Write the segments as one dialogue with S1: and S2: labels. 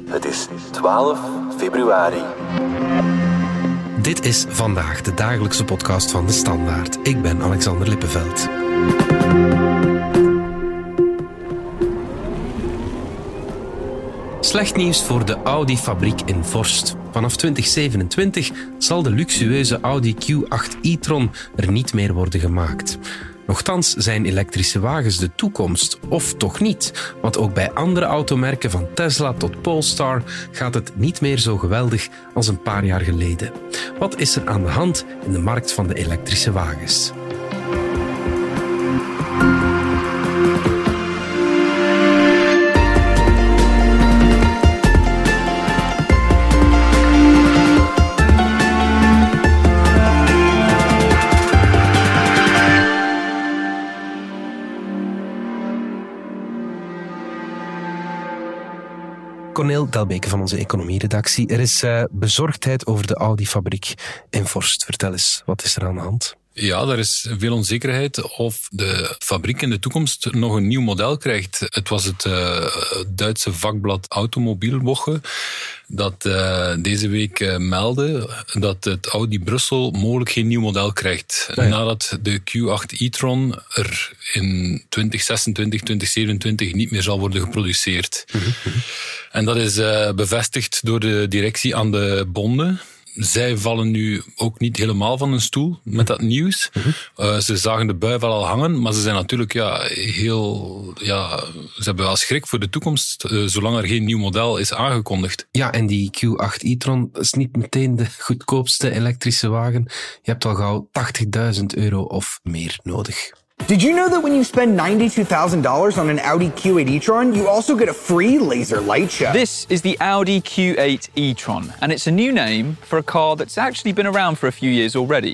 S1: Het is 12 februari.
S2: Dit is Vandaag, de dagelijkse podcast van De Standaard. Ik ben Alexander Lippenveld. Slecht nieuws voor de Audi-fabriek in Vorst. Vanaf 2027 zal de luxueuze Audi Q8 e-tron er niet meer worden gemaakt. Nochtans zijn elektrische wagens de toekomst, of toch niet? Want ook bij andere automerken, van Tesla tot Polestar, gaat het niet meer zo geweldig als een paar jaar geleden. Wat is er aan de hand in de markt van de elektrische wagens? Corneel Delbeke van onze economieredactie. Er is bezorgdheid over de Audi-fabriek in Vorst. Vertel eens, wat is er aan de hand?
S3: Ja, er is veel onzekerheid of de fabriek in de toekomst nog een nieuw model krijgt. Het was het Duitse vakblad Automobilwoche dat deze week meldde dat het Audi Brussel mogelijk geen nieuw model krijgt. Ja. Nadat de Q8 e-tron er in 2026, 2027 niet meer zal worden geproduceerd. En dat is bevestigd door de directie aan de bonden. Zij vallen nu ook niet helemaal van hun stoel met dat nieuws. Ze zagen de bui wel al hangen, maar ze zijn natuurlijk ze hebben wel schrik voor de toekomst, zolang er geen nieuw model is aangekondigd.
S2: Ja, en die Q8 e-tron is niet meteen de goedkoopste elektrische wagen. Je hebt al gauw €80.000 of meer nodig.
S4: Did you know that when you spend $92,000 on an Audi Q8 e-tron, you also get a free laser light show?
S5: This is the Audi Q8 e-tron, and it's a new name for a car that's actually been around for a few years already.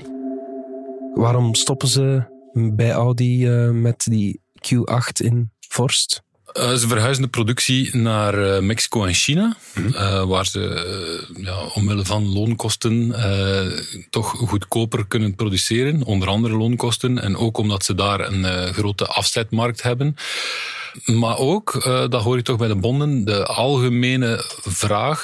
S2: Waarom stoppen ze bij Audi met die Q8 in Vorst?
S3: Ze verhuizen de productie naar Mexico en China, waar ze omwille van loonkosten toch goedkoper kunnen produceren, onder andere loonkosten, en ook omdat ze daar een grote afzetmarkt hebben. Maar ook, dat hoor je toch bij de bonden, de algemene vraag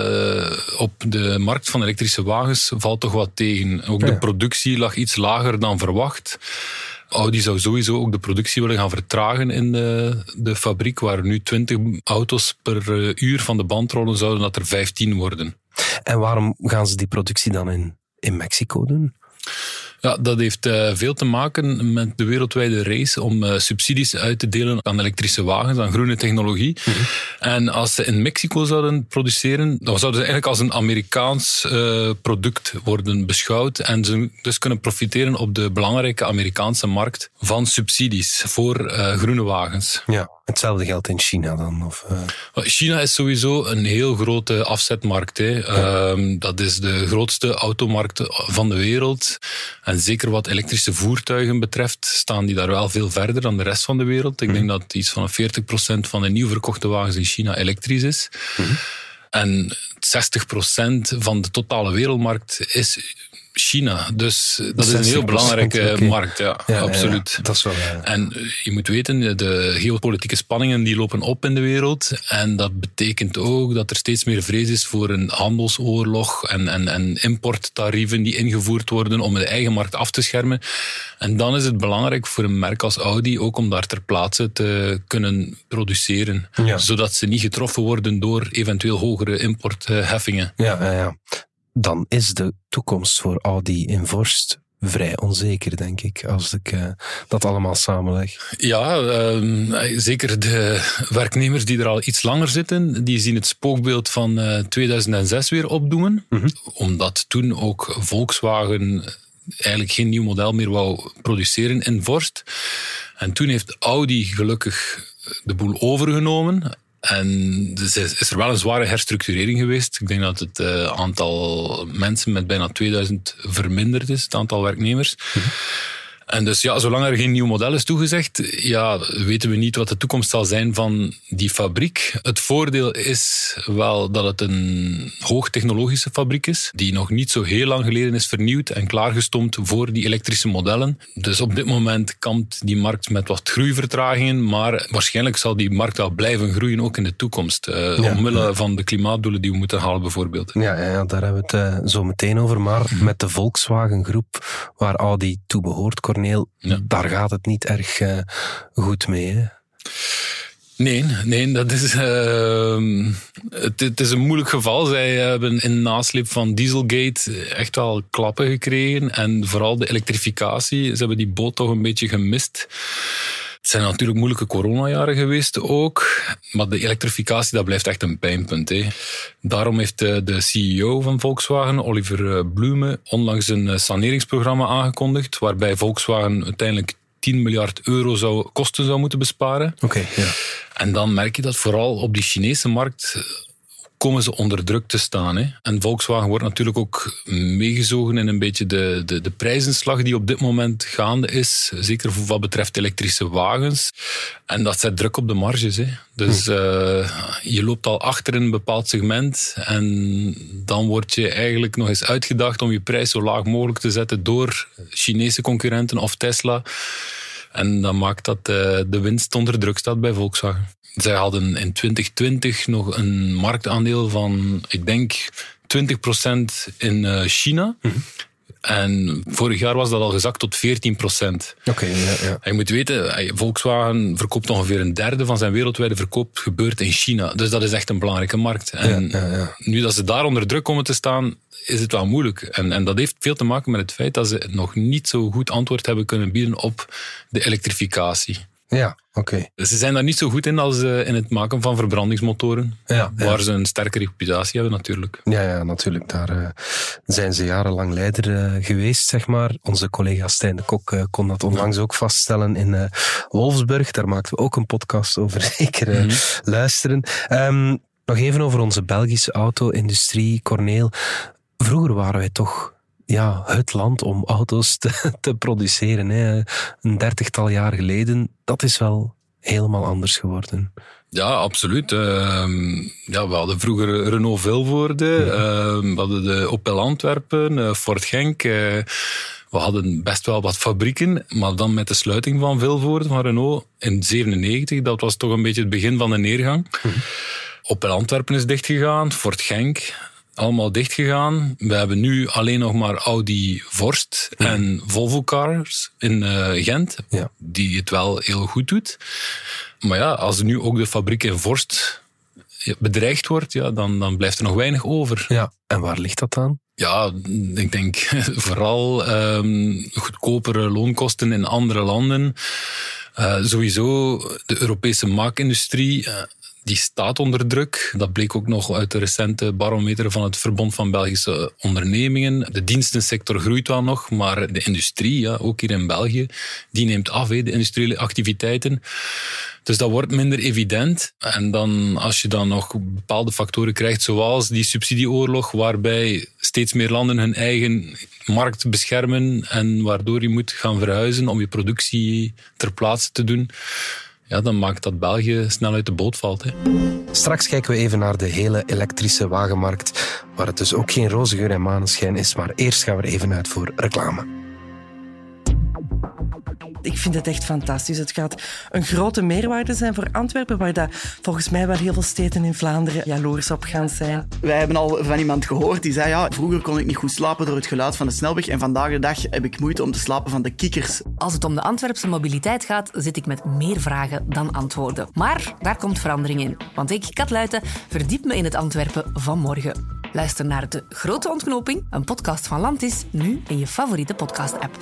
S3: op de markt van elektrische wagens valt toch wat tegen. Ook de productie lag iets lager dan verwacht. Audi zou sowieso ook de productie willen gaan vertragen in de fabriek, waar nu 20 auto's per uur van de band rollen, zouden dat er 15 worden.
S2: En waarom gaan ze die productie dan in Mexico doen?
S3: Ja, dat heeft veel te maken met de wereldwijde race om subsidies uit te delen aan elektrische wagens, aan groene technologie. En als ze in Mexico zouden produceren, dan zouden ze eigenlijk als een Amerikaans product worden beschouwd en ze dus kunnen profiteren op de belangrijke Amerikaanse markt van subsidies voor groene wagens.
S2: Ja, hetzelfde geldt in China dan?
S3: China is sowieso een heel grote afzetmarkt. Dat is de grootste automarkt van de wereld. En zeker wat elektrische voertuigen betreft, staan die daar wel veel verder dan de rest van de wereld. Ik denk dat iets van 40% van de nieuw verkochte wagens in China elektrisch is. En 60% van de totale wereldmarkt is China. Dus dat is een heel belangrijke markt. Ja, absoluut.
S2: Ja, dat is wel,
S3: En je moet weten, de geopolitieke spanningen die lopen op in de wereld. En dat betekent ook dat er steeds meer vrees is voor een handelsoorlog en importtarieven die ingevoerd worden om de eigen markt af te schermen. En dan is het belangrijk voor een merk als Audi ook om daar ter plaatse te kunnen produceren. Ja. Zodat ze niet getroffen worden door eventueel hogere importheffingen.
S2: Ja. Dan is de toekomst voor Audi in Vorst vrij onzeker, denk ik, als ik dat allemaal samenleg.
S3: Ja, zeker de werknemers die er al iets langer zitten, die zien het spookbeeld van 2006 weer opdoemen. Omdat toen ook Volkswagen eigenlijk geen nieuw model meer wou produceren in Vorst. En toen heeft Audi gelukkig de boel overgenomen. En dus is er wel een zware herstructurering geweest. Ik denk dat het aantal mensen met bijna 2000 verminderd is, het aantal werknemers. En dus ja, zolang er geen nieuw model is toegezegd, ja, weten we niet wat de toekomst zal zijn van die fabriek. Het voordeel is wel dat het een hoogtechnologische fabriek is, die nog niet zo heel lang geleden is vernieuwd en klaargestoomd voor die elektrische modellen. Dus op dit moment kampt die markt met wat groeivertragingen, maar waarschijnlijk zal die markt wel blijven groeien, ook in de toekomst. Omwille van de klimaatdoelen die we moeten halen, bijvoorbeeld.
S2: Ja, daar hebben we het zo meteen over. Maar met de Volkswagen-groep, waar Audi toe behoort, Corneel, daar gaat het niet erg goed mee, hè?
S3: Nee, dat is... Het is een moeilijk geval. Zij hebben in nasleep van Dieselgate echt wel klappen gekregen. En vooral de elektrificatie. Ze hebben die boot toch een beetje gemist. Het zijn natuurlijk moeilijke coronajaren geweest ook. Maar de elektrificatie, dat blijft echt een pijnpunt. Hè. Daarom heeft de CEO van Volkswagen, Oliver Blume, onlangs een saneringsprogramma aangekondigd, waarbij Volkswagen uiteindelijk 10 miljard euro kosten zou moeten besparen.
S2: Oké, ja.
S3: En dan merk je dat vooral op die Chinese markt komen ze onder druk te staan. Hè. En Volkswagen wordt natuurlijk ook meegezogen in een beetje de prijzenslag die op dit moment gaande is. Zeker wat betreft elektrische wagens. En dat zet druk op de marges. Hè. Dus je loopt al achter in een bepaald segment en dan word je eigenlijk nog eens uitgedaagd om je prijs zo laag mogelijk te zetten door Chinese concurrenten of Tesla. En dat maakt dat de winst onder druk staat bij Volkswagen. Zij hadden in 2020 nog een marktaandeel van, ik denk, 20% in China. Mm-hmm. En vorig jaar was dat al gezakt tot 14%.
S2: Oké, ja.
S3: En je moet weten, Volkswagen verkoopt ongeveer een derde van zijn wereldwijde verkoop gebeurt in China. Dus dat is echt een belangrijke markt. En nu dat ze daar onder druk komen te staan, is het wel moeilijk. En dat heeft veel te maken met het feit dat ze nog niet zo goed antwoord hebben kunnen bieden op de elektrificatie.
S2: Ja, oké.
S3: Ze zijn daar niet zo goed in als in het maken van verbrandingsmotoren. Waar ze een sterke reputatie hebben natuurlijk.
S2: Ja, natuurlijk. Daar zijn ze jarenlang leider geweest, zeg maar. Onze collega Stijn de Kok kon dat onlangs ook vaststellen in Wolfsburg. Daar maakten we ook een podcast over. Zeker luisteren. Nog even over onze Belgische auto-industrie, Corneel. Vroeger waren wij toch het land om auto's te produceren. Hè. Een 30-tal jaar geleden, dat is wel helemaal anders geworden.
S3: Ja, absoluut. We hadden vroeger Renault Vilvoorde, we hadden de Opel Antwerpen, Ford Genk. We hadden best wel wat fabrieken, maar dan met de sluiting van Vilvoorde, van Renault, in 1997, dat was toch een beetje het begin van de neergang. Opel Antwerpen is dichtgegaan, Ford Genk, allemaal dichtgegaan. We hebben nu alleen nog maar Audi Vorst en Volvo Cars in Gent, die het wel heel goed doet. Maar ja, als nu ook de fabriek in Vorst bedreigd wordt, dan blijft er nog weinig over.
S2: Ja, en waar ligt dat aan?
S3: Ja, ik denk vooral goedkopere loonkosten in andere landen. Sowieso de Europese maakindustrie, die staat onder druk. Dat bleek ook nog uit de recente barometer van het Verbond van Belgische Ondernemingen. De dienstensector groeit wel nog, maar de industrie, ook hier in België, die neemt af, de industriële activiteiten. Dus dat wordt minder evident. En dan, als je dan nog bepaalde factoren krijgt, zoals die subsidieoorlog, waarbij steeds meer landen hun eigen markt beschermen en waardoor je moet gaan verhuizen om je productie ter plaatse te doen, dan maakt dat België snel uit de boot valt. Hè.
S2: Straks kijken we even naar de hele elektrische wagenmarkt, waar het dus ook geen roze geur en maneschijn is, maar eerst gaan we er even uit voor reclame.
S6: Ik vind het echt fantastisch. Het gaat een grote meerwaarde zijn voor Antwerpen, waar dat volgens mij wel heel veel steden in Vlaanderen jaloers op gaan zijn.
S7: Wij hebben al van iemand gehoord die zei, vroeger kon ik niet goed slapen door het geluid van de snelweg en vandaag de dag heb ik moeite om te slapen van de kikkers.
S8: Als het om de Antwerpse mobiliteit gaat, zit ik met meer vragen dan antwoorden. Maar daar komt verandering in. Want ik, Kat Luijten, verdiep me in het Antwerpen van morgen. Luister naar De Grote Ontknoping, een podcast van Landis, nu in je favoriete podcast-app.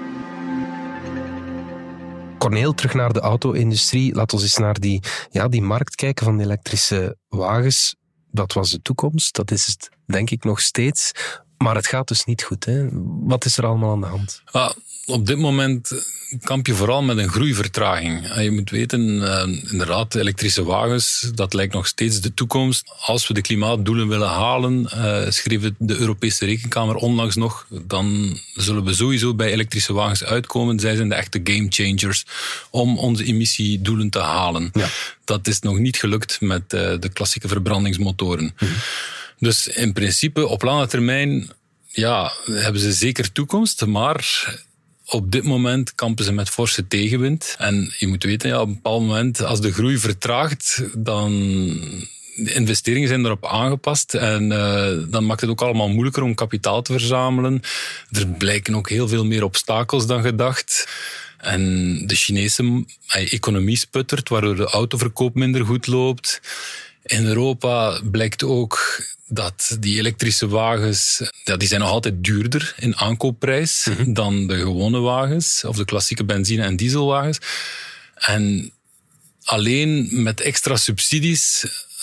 S2: Corneel, terug naar de auto-industrie. Laat ons eens naar die markt kijken van de elektrische wagens. Dat was de toekomst, dat is het denk ik nog steeds. Maar het gaat dus niet goed, hè? Wat is er allemaal aan de hand?
S3: Op dit moment kamp je vooral met een groeivertraging. Je moet weten, inderdaad, elektrische wagens, dat lijkt nog steeds de toekomst. Als we de klimaatdoelen willen halen, schreef de Europese Rekenkamer onlangs nog, dan zullen we sowieso bij elektrische wagens uitkomen. Zij zijn de echte gamechangers om onze emissiedoelen te halen. Ja. Dat is nog niet gelukt met de klassieke verbrandingsmotoren. Mm-hmm. Dus in principe, op lange termijn, hebben ze zeker toekomst, maar op dit moment kampen ze met forse tegenwind. En je moet weten, op een bepaald moment, als de groei vertraagt, dan de investeringen zijn erop aangepast. En dan maakt het ook allemaal moeilijker om kapitaal te verzamelen. Er blijken ook heel veel meer obstakels dan gedacht. En de Chinese economie sputtert, waardoor de autoverkoop minder goed loopt. In Europa blijkt ook dat die elektrische wagens, die zijn nog altijd duurder in aankoopprijs dan de gewone wagens, of de klassieke benzine- en dieselwagens. En alleen met extra subsidies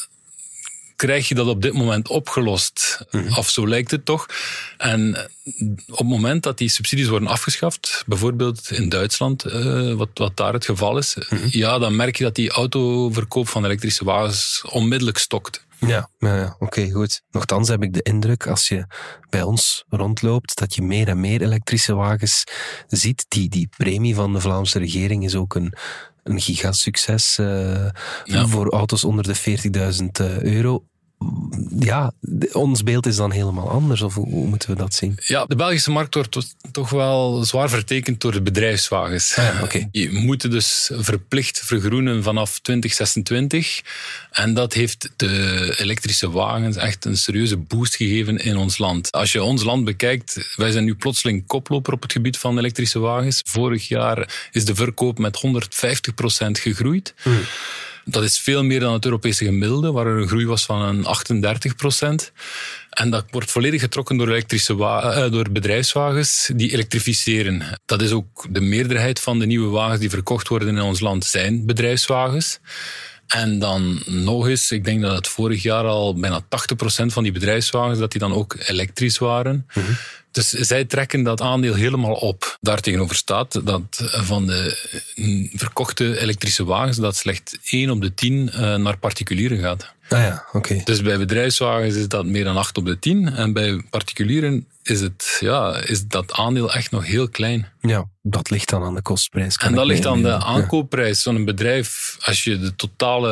S3: krijg je dat op dit moment opgelost. Of zo lijkt het toch. En op het moment dat die subsidies worden afgeschaft, bijvoorbeeld in Duitsland, wat daar het geval is, dan merk je dat die autoverkoop van elektrische wagens onmiddellijk stokt.
S2: Ja, oké, goed. Nochtans heb ik de indruk, als je bij ons rondloopt, dat je meer en meer elektrische wagens ziet. Die premie van de Vlaamse regering is ook een gigasucces voor auto's onder de €40.000. Ja, ons beeld is dan helemaal anders, of hoe moeten we dat zien?
S3: Ja, de Belgische markt wordt toch wel zwaar vertekend door de bedrijfswagens.
S2: Okay.
S3: Die moeten dus verplicht vergroenen vanaf 2026. En dat heeft de elektrische wagens echt een serieuze boost gegeven in ons land. Als je ons land bekijkt, wij zijn nu plotseling koploper op het gebied van elektrische wagens. Vorig jaar is de verkoop met 150% gegroeid. Dat is veel meer dan het Europese gemiddelde, waar er een groei was van 38%. En dat wordt volledig getrokken door door bedrijfswagens die elektrificeren. Dat is ook de meerderheid van de nieuwe wagens die verkocht worden in ons land zijn bedrijfswagens. En dan nog eens, ik denk dat het vorig jaar al bijna 80% van die bedrijfswagens, dat die dan ook elektrisch waren. Dus zij trekken dat aandeel helemaal op. Daartegenover staat dat van de verkochte elektrische wagens, dat slechts 1 op de 10 naar particulieren gaat.
S2: Okay.
S3: Dus bij bedrijfswagens is dat meer dan 8 op de 10. En bij particulieren is dat aandeel echt nog heel klein.
S2: Ja, dat ligt dan aan de kostprijs.
S3: En dat ligt aan de aankoopprijs van een bedrijf. Als je de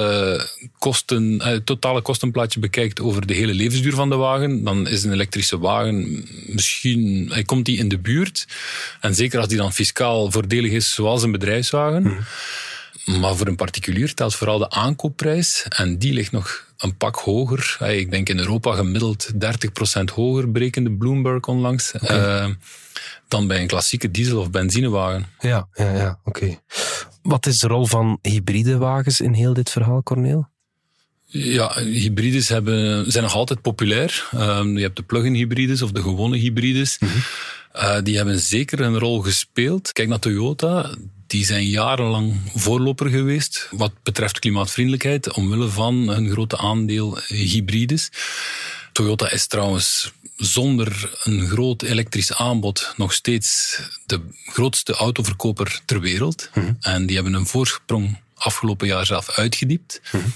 S3: totale kostenplaatje bekijkt over de hele levensduur van de wagen, dan is een elektrische wagen misschien, komt die in de buurt. En zeker als die dan fiscaal voordelig is, zoals een bedrijfswagen. Maar voor een particulier telt vooral de aankoopprijs. En die ligt nog een pak hoger. Ik denk in Europa gemiddeld 30% hoger, berekende Bloomberg onlangs. Dan bij een klassieke diesel- of benzinewagen.
S2: Ja, oké. Wat is de rol van hybride wagens in heel dit verhaal, Corneel?
S3: Ja, hybrides zijn nog altijd populair. Je hebt de plug-in hybrides of de gewone hybrides. Die hebben zeker een rol gespeeld. Kijk naar Toyota. Die zijn jarenlang voorloper geweest wat betreft klimaatvriendelijkheid, omwille van hun grote aandeel hybrides. Toyota is trouwens zonder een groot elektrisch aanbod nog steeds de grootste autoverkoper ter wereld. En die hebben een voorsprong afgelopen jaar zelf uitgediept.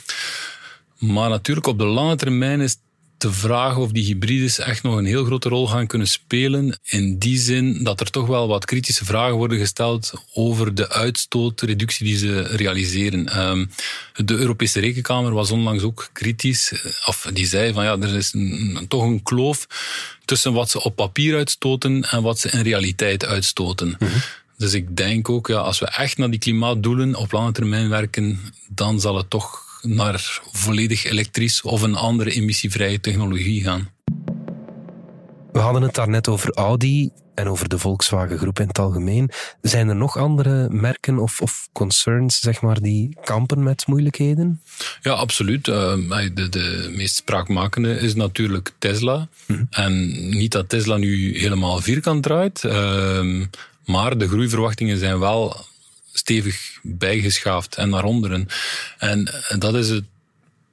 S3: Maar natuurlijk op de lange termijn is te vragen of die hybrides echt nog een heel grote rol gaan kunnen spelen. In die zin dat er toch wel wat kritische vragen worden gesteld over de uitstootreductie die ze realiseren. De Europese Rekenkamer was onlangs ook kritisch. Of die zei van er is toch een kloof tussen wat ze op papier uitstoten en wat ze in realiteit uitstoten. Dus ik denk ook, als we echt naar die klimaatdoelen op lange termijn werken, dan zal het toch naar volledig elektrisch of een andere emissievrije technologie gaan.
S2: We hadden het daarnet over Audi en over de Volkswagen Groep in het algemeen. Zijn er nog andere merken of concerns, zeg maar, die kampen met moeilijkheden? Ja,
S3: absoluut. De meest spraakmakende is natuurlijk Tesla. En niet dat Tesla nu helemaal vierkant draait, maar de groeiverwachtingen zijn wel stevig bijgeschaafd en naar onderen. En dat is het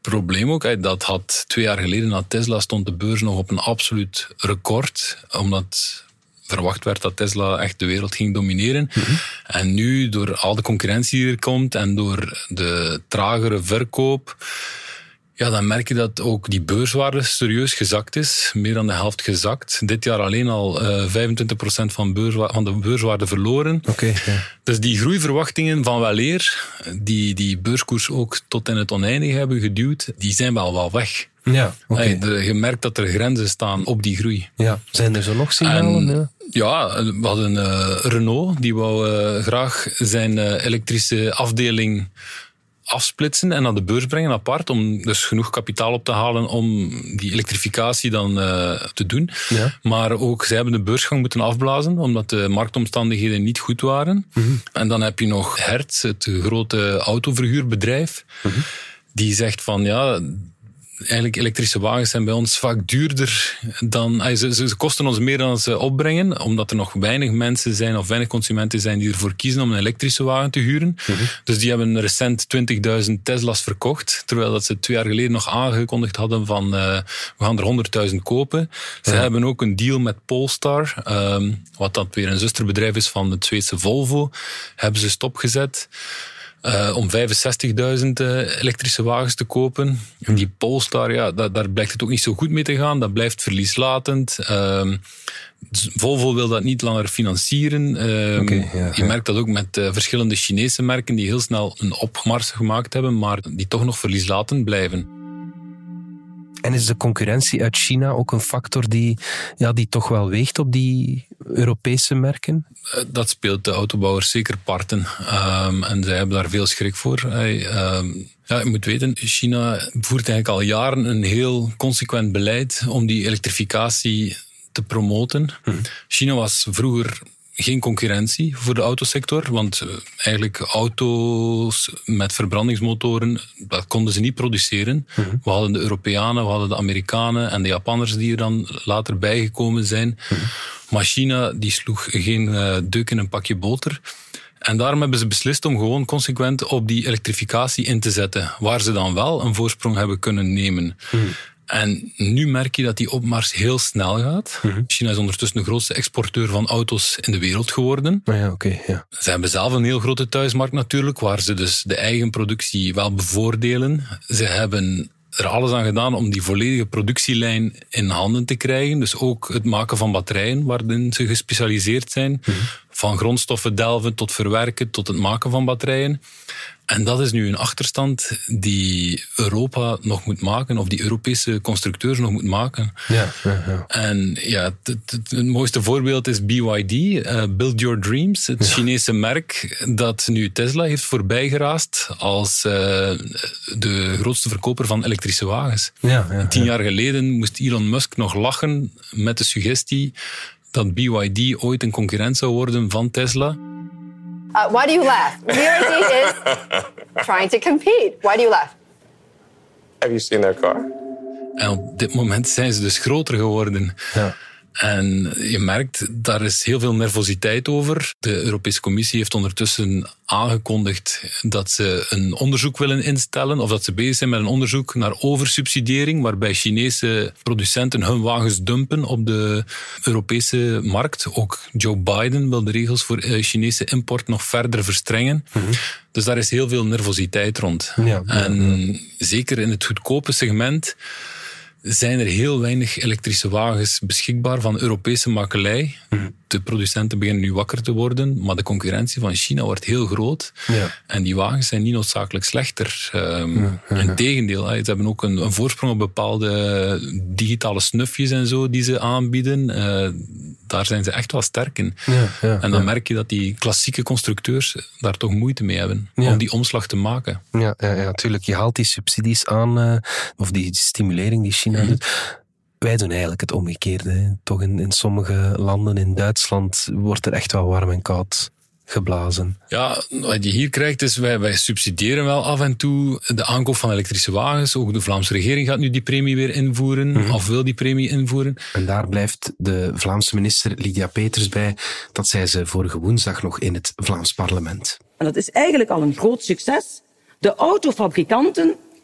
S3: probleem ook. Dat had 2 jaar geleden na Tesla stond de beurs nog op een absoluut record. Omdat verwacht werd dat Tesla echt de wereld ging domineren. Mm-hmm. En nu, door al de concurrentie die er komt en door de tragere verkoop, ja, dan merk je dat ook die beurswaarde serieus gezakt is. Meer dan de helft gezakt. Dit jaar alleen al 25% van de beurswaarde verloren.
S2: Okay, ja.
S3: Dus die groeiverwachtingen van weleer, die beurskoers ook tot in het oneindige hebben geduwd, die zijn wel weg.
S2: Ja, okay.
S3: Je merkt dat er grenzen staan op die groei.
S2: Ja. Zijn er zo nog signalen?
S3: Ja, we hadden Renault, die wou graag zijn elektrische afdeling afsplitsen en naar de beurs brengen apart, om dus genoeg kapitaal op te halen om die elektrificatie dan te doen. Ja. Maar ook zij hebben de beursgang moeten afblazen, omdat de marktomstandigheden niet goed waren. Mm-hmm. En dan heb je nog Hertz, het grote autoverhuurbedrijf, mm-hmm. die zegt van ja, eigenlijk elektrische wagens zijn bij ons vaak duurder dan... Ze kosten ons meer dan ze opbrengen, omdat er nog weinig mensen zijn of weinig consumenten zijn die ervoor kiezen om een elektrische wagen te huren. Mm-hmm. Dus die hebben recent 20.000 Tesla's verkocht, terwijl dat ze 2 jaar geleden nog aangekondigd hadden van we gaan er 100.000 kopen. Ze hebben ook een deal met Polestar, wat dat weer een zusterbedrijf is van het Zweedse Volvo, hebben ze stopgezet. Om 65.000 elektrische wagens te kopen. En die Polestar, ja, daar blijkt het ook niet zo goed mee te gaan. Dat blijft verlieslatend. Volvo wil dat niet langer financieren. Je merkt dat ook met verschillende Chinese merken die heel snel een opmars gemaakt hebben, maar die toch nog verlieslatend blijven.
S2: En is de concurrentie uit China ook een factor die toch wel weegt op die Europese merken?
S3: Dat speelt de autobouwers zeker parten. En zij hebben daar veel schrik voor. Je moet weten, China voert eigenlijk al jaren een heel consequent beleid om die elektrificatie te promoten. China was vroeger geen concurrentie voor de autosector, want eigenlijk auto's met verbrandingsmotoren, dat konden ze niet produceren. Mm-hmm. We hadden de Europeanen, we hadden de Amerikanen en de Japanners die er dan later bijgekomen zijn. Mm-hmm. Maar China die sloeg geen deuk in een pakje boter. En daarom hebben ze beslist om gewoon consequent op die elektrificatie in te zetten, waar ze dan wel een voorsprong hebben kunnen nemen. Mm-hmm. En nu merk je dat die opmars heel snel gaat. Mm-hmm. China is ondertussen de grootste exporteur van auto's in de wereld geworden.
S2: Ja.
S3: Ze hebben zelf een heel grote thuismarkt natuurlijk, waar ze dus de eigen productie wel bevoordelen. Ze hebben er alles aan gedaan om die volledige productielijn in handen te krijgen. Dus ook het maken van batterijen, waarin ze gespecialiseerd zijn. Mm-hmm. Van grondstoffen delven tot verwerken, tot het maken van batterijen. En dat is nu een achterstand die Europa nog moet maken, of die Europese constructeurs nog moet maken.
S2: Ja.
S3: En het mooiste voorbeeld is BYD, Build Your Dreams, het Chinese merk dat nu Tesla heeft voorbijgeraast als de grootste verkoper van elektrische wagens. 10 jaar geleden moest Elon Musk nog lachen met de suggestie dat BYD ooit een concurrent zou worden van Tesla.
S9: Why do you laugh? BYD is trying to compete. Why do you laugh?
S1: Have you seen their car?
S3: En op dit moment zijn ze dus groter geworden.
S2: Ja.
S3: En je merkt, daar is heel veel nervositeit over. De Europese Commissie heeft ondertussen aangekondigd dat ze een onderzoek willen instellen, of dat ze bezig zijn met een onderzoek naar oversubsidiëring, waarbij Chinese producenten hun wagens dumpen op de Europese markt. Ook Joe Biden wil de regels voor Chinese import nog verder verstrengen. Mm-hmm. Dus daar is heel veel nervositeit rond. En zeker in het goedkope segment zijn er heel weinig elektrische wagens beschikbaar van Europese makelij. De producenten beginnen nu wakker te worden, maar de concurrentie van China wordt heel groot. Ja. En die wagens zijn niet noodzakelijk slechter. Integendeel, ze hebben ook een voorsprong op bepaalde digitale snufjes en zo die ze aanbieden. Daar zijn ze echt wel sterk in. En dan merk je dat die klassieke constructeurs daar toch moeite mee hebben om die omslag te maken.
S2: Ja, natuurlijk. Je haalt die subsidies aan, of die stimulering die China doet. Wij doen eigenlijk het omgekeerde. Toch in sommige landen, in Duitsland, wordt er echt wel warm en koud geblazen.
S3: Ja, wat je hier krijgt is, wij subsidiëren wel af en toe de aankoop van elektrische wagens. Ook de Vlaamse regering gaat nu die premie weer invoeren, of wil die premie invoeren.
S2: En daar blijft de Vlaamse minister Lydia Peters bij. Dat zei ze vorige woensdag nog in het Vlaams parlement.
S10: En dat is eigenlijk al een groot succes. De autofabrikanten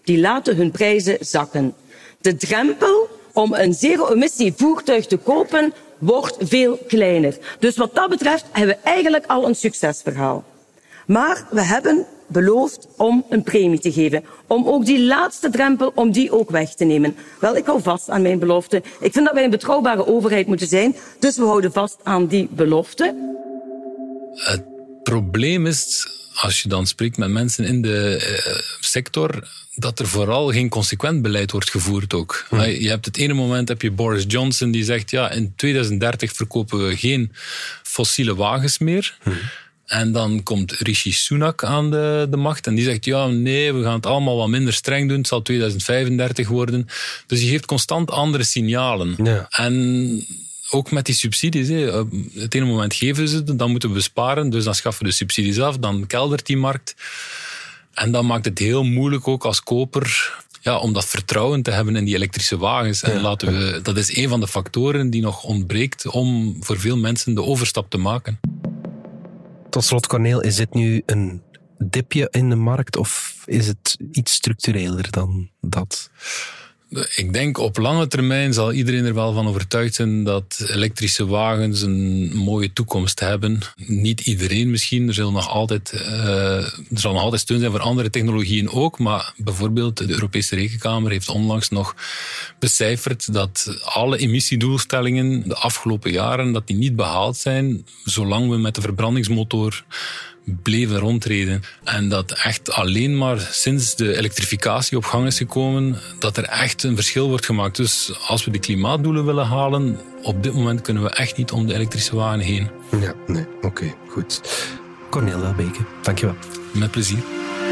S10: die laten hun prijzen zakken. De drempel om een zero-emissie voertuig te kopen wordt veel kleiner. Dus wat dat betreft hebben we eigenlijk al een succesverhaal. Maar we hebben beloofd om een premie te geven. Om ook die laatste drempel, om die ook weg te nemen. Wel, ik hou vast aan mijn belofte. Ik vind dat wij een betrouwbare overheid moeten zijn. Dus we houden vast aan die belofte.
S3: Het probleem is, als je dan spreekt met mensen in de sector, dat er vooral geen consequent beleid wordt gevoerd ook. Je hebt het ene moment heb je Boris Johnson die zegt, ja, in 2030 verkopen we geen fossiele wagens meer. En dan komt Rishi Sunak aan de macht en die zegt, ja, nee, we gaan het allemaal wat minder streng doen, het zal 2035 worden. Dus je geeft constant andere signalen. Ja. En ook met die subsidies, het ene moment geven ze het, dan moeten we besparen, dus dan schaffen we de subsidies af, dan keldert die markt. En dat maakt het heel moeilijk ook als koper, ja, om dat vertrouwen te hebben in die elektrische wagens. En dat is een van de factoren die nog ontbreekt om voor veel mensen de overstap te maken.
S2: Tot slot, Corneel, is dit nu een dipje in de markt of is het iets structureler dan dat?
S3: Ik denk op lange termijn zal iedereen er wel van overtuigd zijn dat elektrische wagens een mooie toekomst hebben. Niet iedereen misschien. Er zal nog altijd steun zijn voor andere technologieën ook. Maar bijvoorbeeld de Europese Rekenkamer heeft onlangs nog becijferd dat alle emissiedoelstellingen de afgelopen jaren dat die niet behaald zijn zolang we met de verbrandingsmotor bleven rondreden. En dat echt alleen maar sinds de elektrificatie op gang is gekomen, dat er echt een verschil wordt gemaakt. Dus als we de klimaatdoelen willen halen, op dit moment kunnen we echt niet om de elektrische wagen heen.
S2: Ja, nee, oké, goed. Corneel Welbeke, dankjewel.
S3: Met plezier.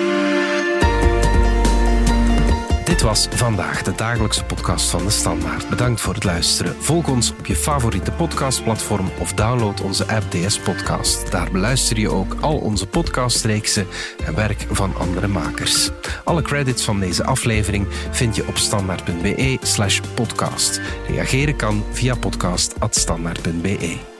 S2: Dit was Vandaag, de dagelijkse podcast van De Standaard. Bedankt voor het luisteren. Volg ons op je favoriete podcastplatform of download onze app DS Podcast. Daar beluister je ook al onze podcastreeksen en werk van andere makers. Alle credits van deze aflevering vind je op standaard.be/podcast. Reageren kan via podcast@standaard.be.